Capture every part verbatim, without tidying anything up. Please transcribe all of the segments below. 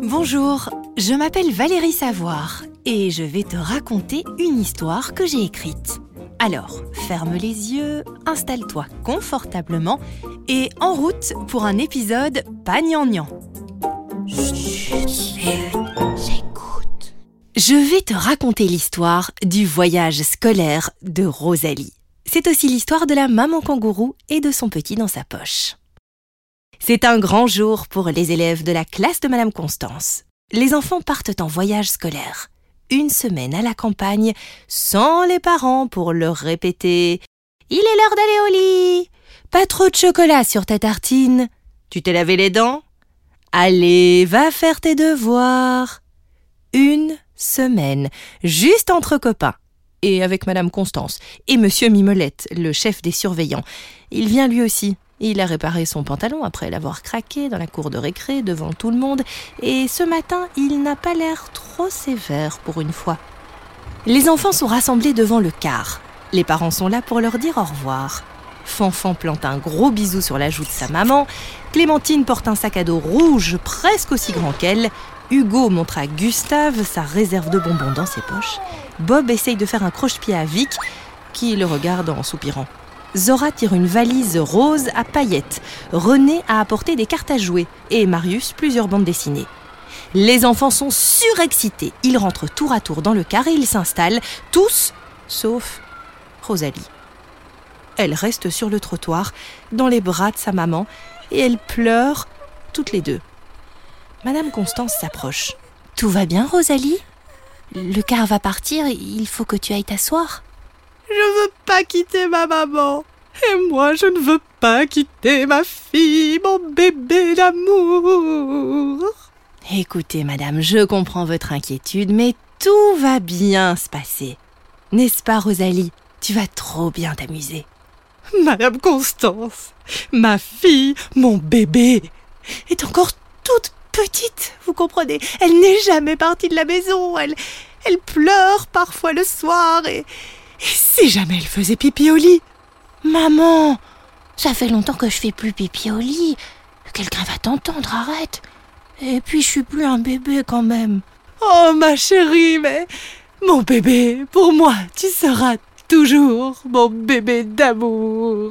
Bonjour, je m'appelle Valérie Savoir et je vais te raconter une histoire que j'ai écrite. Alors, ferme les yeux, installe-toi confortablement et en route pour un épisode pas gnangnan. Chut, j'écoute. Je vais te raconter l'histoire du voyage scolaire de Rosalie. C'est aussi l'histoire de la maman kangourou et de son petit dans sa poche. C'est un grand jour pour les élèves de la classe de Madame Constance. Les enfants partent en voyage scolaire. Une semaine à la campagne, sans les parents pour leur répéter « Il est l'heure d'aller au lit ! Pas trop de chocolat sur ta tartine. Tu t'es lavé les dents ? Allez, va faire tes devoirs !» Une semaine, juste entre copains. Et avec Madame Constance et Monsieur Mimolette, le chef des surveillants. Il vient lui aussi. Il a réparé son pantalon après l'avoir craqué dans la cour de récré devant tout le monde. Et ce matin, il n'a pas l'air trop sévère pour une fois. Les enfants sont rassemblés devant le car. Les parents sont là pour leur dire au revoir. Fanfan plante un gros bisou sur la joue de sa maman. Clémentine porte un sac à dos rouge presque aussi grand qu'elle. Hugo montre à Gustave sa réserve de bonbons dans ses poches. Bob essaye de faire un croche-pied à Vic, qui le regarde en soupirant. Zora tire une valise rose à paillettes. René a apporté des cartes à jouer et Marius plusieurs bandes dessinées. Les enfants sont surexcités. Ils rentrent tour à tour dans le car et ils s'installent, tous sauf Rosalie. Elle reste sur le trottoir, dans les bras de sa maman, et elle pleure toutes les deux. Madame Constance s'approche. « Tout va bien, Rosalie ? Le car va partir, il faut que tu ailles t'asseoir. » Je veux pas quitter ma maman. Et moi, je ne veux pas quitter ma fille, mon bébé d'amour. Écoutez, madame, je comprends votre inquiétude, mais tout va bien se passer. N'est-ce pas, Rosalie ? Tu vas trop bien t'amuser. Madame Constance, ma fille, mon bébé, est encore toute petite, vous comprenez ? Elle n'est jamais partie de la maison. Elle, elle pleure parfois le soir et... Et si jamais elle faisait pipi au lit ? Maman, ça fait longtemps que je fais plus pipi au lit. Quelqu'un va t'entendre, arrête. Et puis je suis plus un bébé quand même. Oh ma chérie, mais mon bébé, pour moi, tu seras toujours mon bébé d'amour.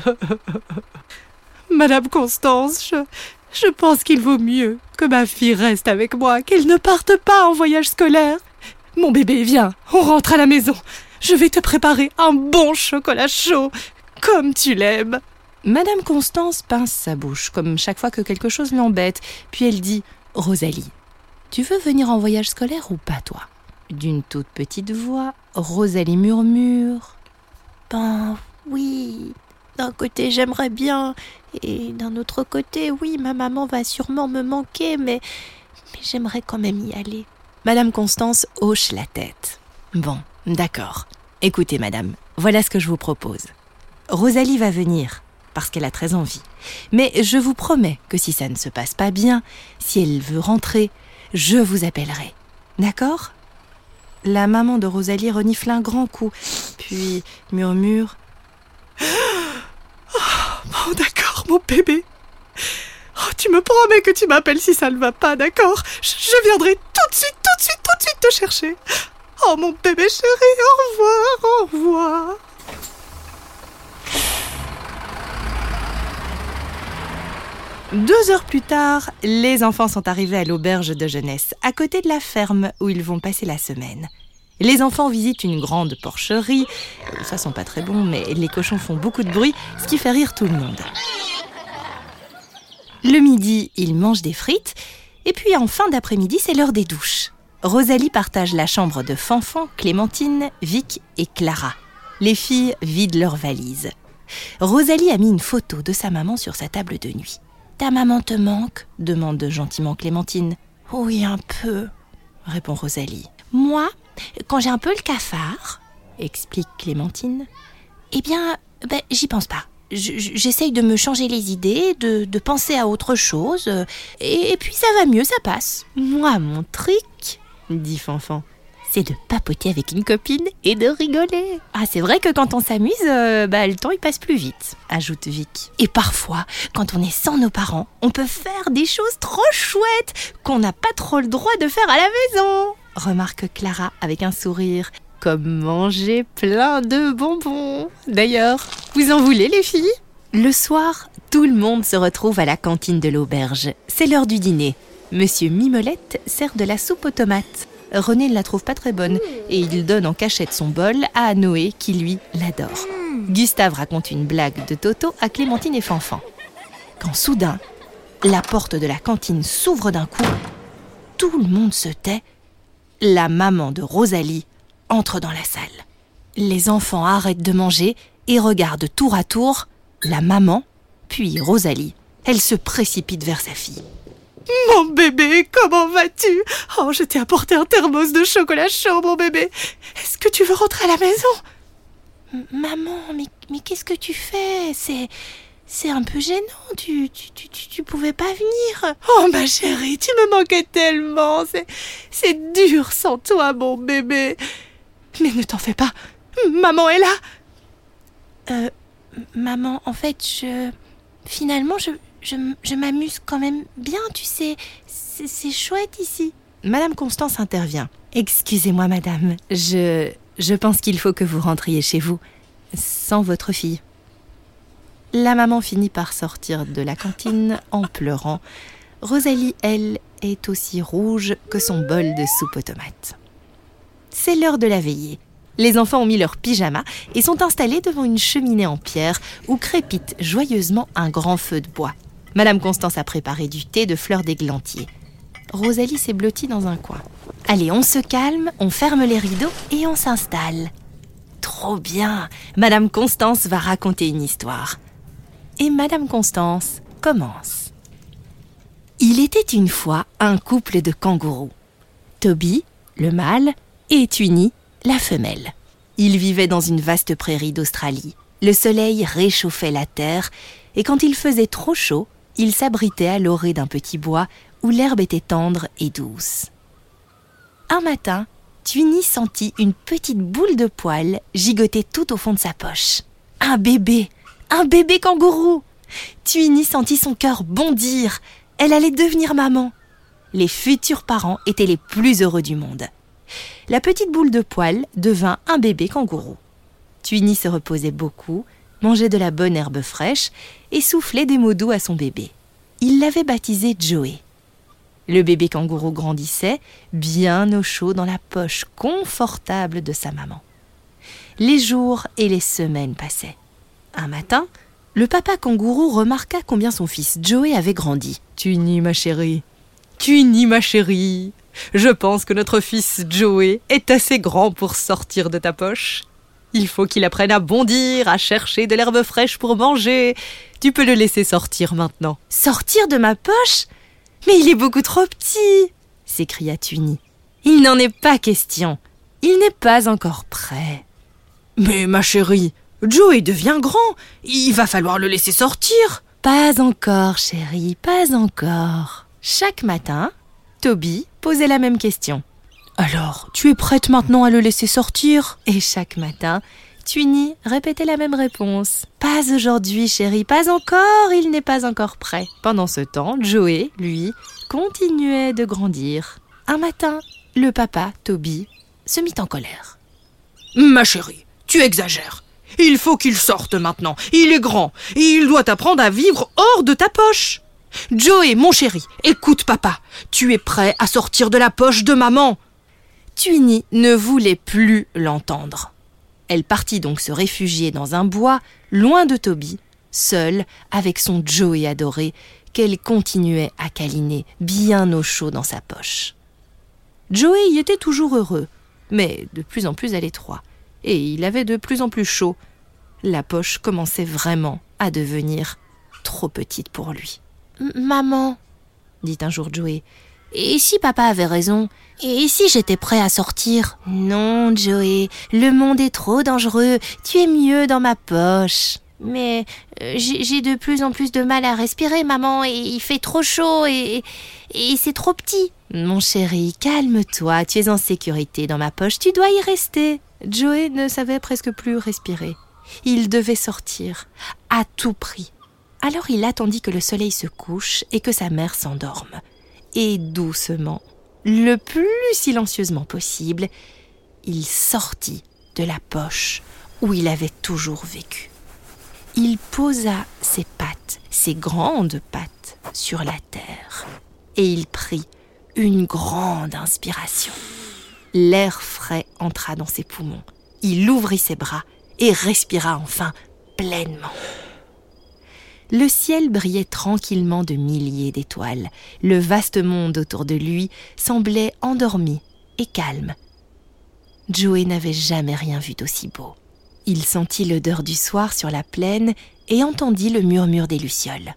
Madame Constance, je, je pense qu'il vaut mieux que ma fille reste avec moi, qu'elle ne parte pas en voyage scolaire. Mon bébé, viens, on rentre à la maison. Je vais te préparer un bon chocolat chaud, comme tu l'aimes. Madame Constance pince sa bouche, comme chaque fois que quelque chose l'embête. Puis elle dit « Rosalie, tu veux venir en voyage scolaire ou pas, toi ?» D'une toute petite voix, Rosalie murmure « Ben oui, d'un côté j'aimerais bien, et d'un autre côté, oui, ma maman va sûrement me manquer, mais, mais j'aimerais quand même y aller. » Madame Constance hoche la tête. « Bon, d'accord. Écoutez, madame, voilà ce que je vous propose. Rosalie va venir, parce qu'elle a très envie. Mais je vous promets que si ça ne se passe pas bien, si elle veut rentrer, je vous appellerai. D'accord ?» La maman de Rosalie renifle un grand coup, puis murmure « Oh, bon, d'accord, mon bébé. Oh, tu me promets que tu m'appelles si ça ne va pas, d'accord ? je, je viendrai tout de suite, tout de suite, tout de suite te chercher. Oh, mon bébé chéri, au revoir, au revoir. » Deux heures plus tard, les enfants sont arrivés à l'auberge de jeunesse, à côté de la ferme où ils vont passer la semaine. Les enfants visitent une grande porcherie. Ça sent pas très bon, mais les cochons font beaucoup de bruit, ce qui fait rire tout le monde. Le midi, ils mangent des frites. Et puis en fin d'après-midi, c'est l'heure des douches. Rosalie partage la chambre de Fanfan, Clémentine, Vic et Clara. Les filles vident leurs valises. Rosalie a mis une photo de sa maman sur sa table de nuit. « Ta maman te manque ?» demande gentiment Clémentine. « Oui, un peu, » répond Rosalie. « Moi, quand j'ai un peu le cafard, » explique Clémentine, « eh bien, ben, j'y pense pas. J'essaye de me changer les idées, de, de penser à autre chose, et, et puis ça va mieux, ça passe. » « Moi, mon trick, dit Fanfan, c'est de papoter avec une copine et de rigoler. Ah, c'est vrai que quand on s'amuse, euh, bah, le temps il passe plus vite, ajoute Vic. Et parfois, quand on est sans nos parents, on peut faire des choses trop chouettes qu'on n'a pas trop le droit de faire à la maison, remarque Clara avec un sourire. Comme manger plein de bonbons. D'ailleurs, vous en voulez les filles ? Le soir, tout le monde se retrouve à la cantine de l'auberge. C'est l'heure du dîner. Monsieur Mimolette sert de la soupe aux tomates. René ne la trouve pas très bonne et il donne en cachette son bol à Noé qui, lui, l'adore. Gustave raconte une blague de Toto à Clémentine et Fanfan. Quand soudain, la porte de la cantine s'ouvre d'un coup, tout le monde se tait. La maman de Rosalie entre dans la salle. Les enfants arrêtent de manger et regardent tour à tour la maman, puis Rosalie. Elle se précipite vers sa fille. « Mon bébé, comment vas-tu ? Oh, je t'ai apporté un thermos de chocolat chaud, mon bébé. Est-ce que tu veux rentrer à la maison ?»« Maman, mais, mais qu'est-ce que tu fais ? C'est... C'est un peu gênant, tu, tu, tu, tu pouvais pas venir. »« Oh, ma chérie, tu me manquais tellement. C'est, c'est dur sans toi, mon bébé. » Mais ne t'en fais pas, maman est là. Euh, maman, en fait, je... Finalement, je, je, je m'amuse quand même bien, tu sais. C'est, c'est chouette ici. Madame Constance intervient. Excusez-moi, madame. Je, je pense qu'il faut que vous rentriez chez vous, sans votre fille. La maman finit par sortir de la cantine en pleurant. Rosalie, elle, est aussi rouge que son bol de soupe aux tomates. C'est l'heure de la veillée. Les enfants ont mis leurs pyjamas et sont installés devant une cheminée en pierre où crépite joyeusement un grand feu de bois. Madame Constance a préparé du thé de fleurs d'églantier. Rosalie s'est blottie dans un coin. Allez, on se calme, on ferme les rideaux et on s'installe. Trop bien, Madame Constance va raconter une histoire. Et Madame Constance commence. Il était une fois un couple de kangourous. Toby, le mâle, et Twinny, la femelle. Ils vivaient dans une vaste prairie d'Australie. Le soleil réchauffait la terre et quand il faisait trop chaud, ils s'abritaient à l'orée d'un petit bois où l'herbe était tendre et douce. Un matin, Twinny sentit une petite boule de poils gigoter tout au fond de sa poche. Un bébé, un bébé kangourou. Twinny sentit son cœur bondir. Elle allait devenir maman. Les futurs parents étaient les plus heureux du monde. La petite boule de poils devint un bébé kangourou. Twinny se reposait beaucoup, mangeait de la bonne herbe fraîche et soufflait des mots doux à son bébé. Il l'avait baptisé Joey. Le bébé kangourou grandissait, bien au chaud dans la poche confortable de sa maman. Les jours et les semaines passaient. Un matin, le papa kangourou remarqua combien son fils Joey avait grandi. « Twinny, ma chérie, Twinny, ma chérie, je pense que notre fils Joey est assez grand pour sortir de ta poche. Il faut qu'il apprenne à bondir, à chercher de l'herbe fraîche pour manger. Tu peux le laisser sortir maintenant. »« Sortir de ma poche ? Mais il est beaucoup trop petit !» s'écria Twinny. « Il n'en est pas question. Il n'est pas encore prêt. »« Mais ma chérie, Joey devient grand. Il va falloir le laisser sortir. »« Pas encore, chérie, pas encore. » Chaque matin, Toby posait la même question. « Alors, tu es prête maintenant à le laisser sortir ?» Et chaque matin, Twinny répétait la même réponse. « Pas aujourd'hui, chérie, pas encore, il n'est pas encore prêt. » Pendant ce temps, Joey, lui, continuait de grandir. Un matin, le papa, Toby, se mit en colère. « Ma chérie, tu exagères. Il faut qu'il sorte maintenant. Il est grand et il doit apprendre à vivre hors de ta poche. » Joey, mon chéri, écoute papa, tu es prêt à sortir de la poche de maman. Twinny ne voulait plus l'entendre. Elle partit donc se réfugier dans un bois, loin de Toby, seule avec son Joey adoré, qu'elle continuait à câliner bien au chaud dans sa poche. Joey y était toujours heureux, mais de plus en plus à l'étroit, et il avait de plus en plus chaud. La poche commençait vraiment à devenir trop petite pour lui. « Maman, dit un jour Joey, et si papa avait raison ? Et si j'étais prêt à sortir ? » Non, Joey, le monde est trop dangereux. Tu es mieux dans ma poche. Mais euh, j'ai, j'ai de plus en plus de mal à respirer, maman, et il fait trop chaud et, et c'est trop petit. Mon chéri, calme-toi, tu es en sécurité dans ma poche, tu dois y rester. Joey ne savait presque plus respirer. Il devait sortir, à tout prix. Alors il attendit que le soleil se couche et que sa mère s'endorme. Et doucement, le plus silencieusement possible, il sortit de la poche où il avait toujours vécu. Il posa ses pattes, ses grandes pattes, sur la terre et il prit une grande inspiration. L'air frais entra dans ses poumons. Il ouvrit ses bras et respira enfin pleinement. Le ciel brillait tranquillement de milliers d'étoiles. Le vaste monde autour de lui semblait endormi et calme. Joey n'avait jamais rien vu d'aussi beau. Il sentit l'odeur du soir sur la plaine et entendit le murmure des lucioles.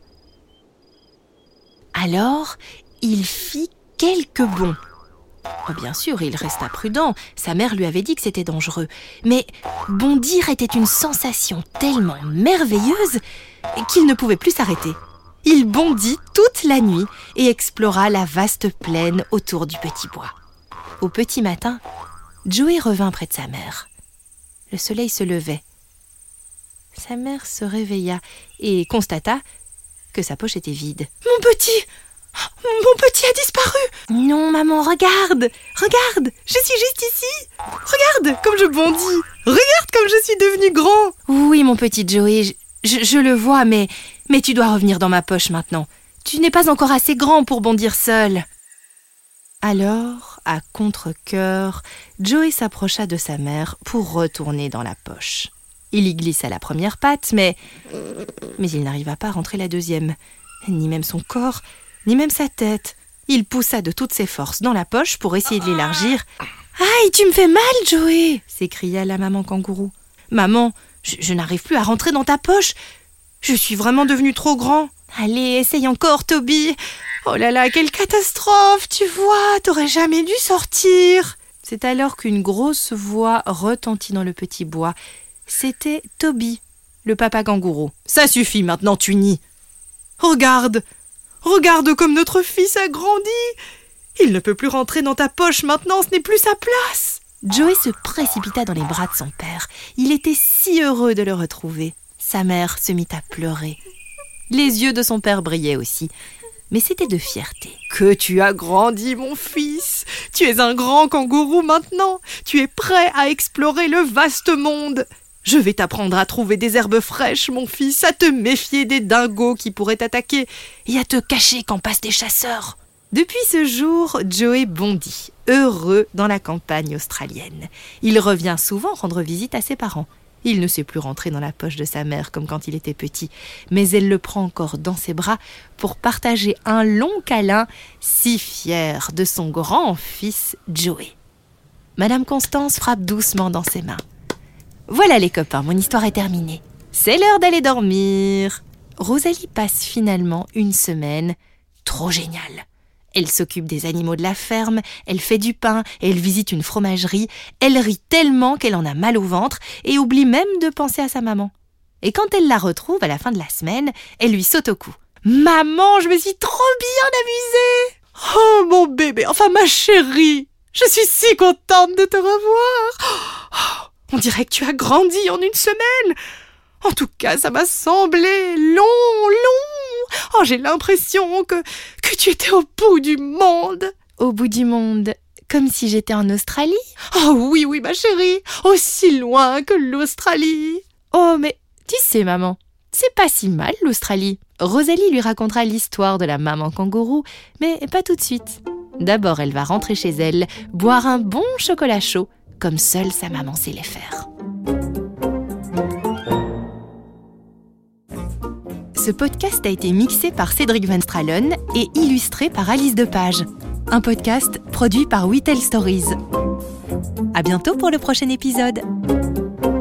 Alors, il fit quelques bonds. Oh, bien sûr, il resta prudent. Sa mère lui avait dit que c'était dangereux. Mais bondir était une sensation tellement merveilleuse qu'il ne pouvait plus s'arrêter. Il bondit toute la nuit et explora la vaste plaine autour du petit bois. Au petit matin, Joey revint près de sa mère. Le soleil se levait. Sa mère se réveilla et constata que sa poche était vide. « Mon petit! Mon petit a disparu !»« Non, maman, regarde! Regarde! Je suis juste ici! Regarde comme je bondis! Regarde comme je suis devenu grand !»« Oui, mon petit Joey, je, je, je le vois, mais, mais tu dois revenir dans ma poche maintenant. Tu n'es pas encore assez grand pour bondir seul. » Alors, à contre-cœur, Joey s'approcha de sa mère pour retourner dans la poche. Il y glissa la première patte, mais, mais il n'arriva pas à rentrer la deuxième. Ni même son corps, ni même sa tête. Il poussa de toutes ses forces dans la poche pour essayer de l'élargir. « Aïe, tu me fais mal, Joey !» s'écria la maman kangourou. « Maman, je, je n'arrive plus à rentrer dans ta poche. Je suis vraiment devenu trop grand. Allez, essaye encore, Toby. Oh là là, quelle catastrophe, tu vois, t'aurais jamais dû sortir. » C'est alors qu'une grosse voix retentit dans le petit bois. C'était Toby, le papa kangourou. « Ça suffit maintenant, tu nies. Regarde, regarde comme notre fils a grandi. Il ne peut plus rentrer dans ta poche maintenant, ce n'est plus sa place. » Joey se précipita dans les bras de son père. Il était si heureux de le retrouver. Sa mère se mit à pleurer. Les yeux de son père brillaient aussi, mais c'était de fierté. « Que tu as grandi, mon fils! Tu es un grand kangourou maintenant. Tu es prêt à explorer le vaste monde. Je vais t'apprendre à trouver des herbes fraîches, mon fils, à te méfier des dingos qui pourraient t'attaquer et à te cacher quand passent des chasseurs. » Depuis ce jour, Joey bondit, heureux dans la campagne australienne. Il revient souvent rendre visite à ses parents. Il ne sait plus rentrer dans la poche de sa mère comme quand il était petit, mais elle le prend encore dans ses bras pour partager un long câlin, si fier de son grand-fils Joey. Madame Constance frappe doucement dans ses mains. Voilà les copains, mon histoire est terminée. C'est l'heure d'aller dormir. Rosalie passe finalement une semaine trop géniale. Elle s'occupe des animaux de la ferme, elle fait du pain, elle visite une fromagerie, elle rit tellement qu'elle en a mal au ventre et oublie même de penser à sa maman. Et quand elle la retrouve à la fin de la semaine, elle lui saute au cou. « Maman, je me suis trop bien amusée !»« Oh, mon bébé, enfin ma chérie, je suis si contente de te revoir. Oh, on dirait que tu as grandi en une semaine. En tout cas, ça m'a semblé long, long. Oh, j'ai l'impression que, que tu étais au bout du monde. » « Au bout du monde, comme si j'étais en Australie ?»« Oh oui, oui, ma chérie, aussi loin que l'Australie. » »« Oh, mais tu sais, maman, c'est pas si mal l'Australie. » Rosalie lui racontera l'histoire de la maman kangourou, mais pas tout de suite. D'abord, elle va rentrer chez elle, boire un bon chocolat chaud, comme seule sa maman sait les faire. Ce podcast a été mixé par Cédric Van Stralen et illustré par Alice Depage. Un podcast produit par We Tell Stories. À bientôt pour le prochain épisode.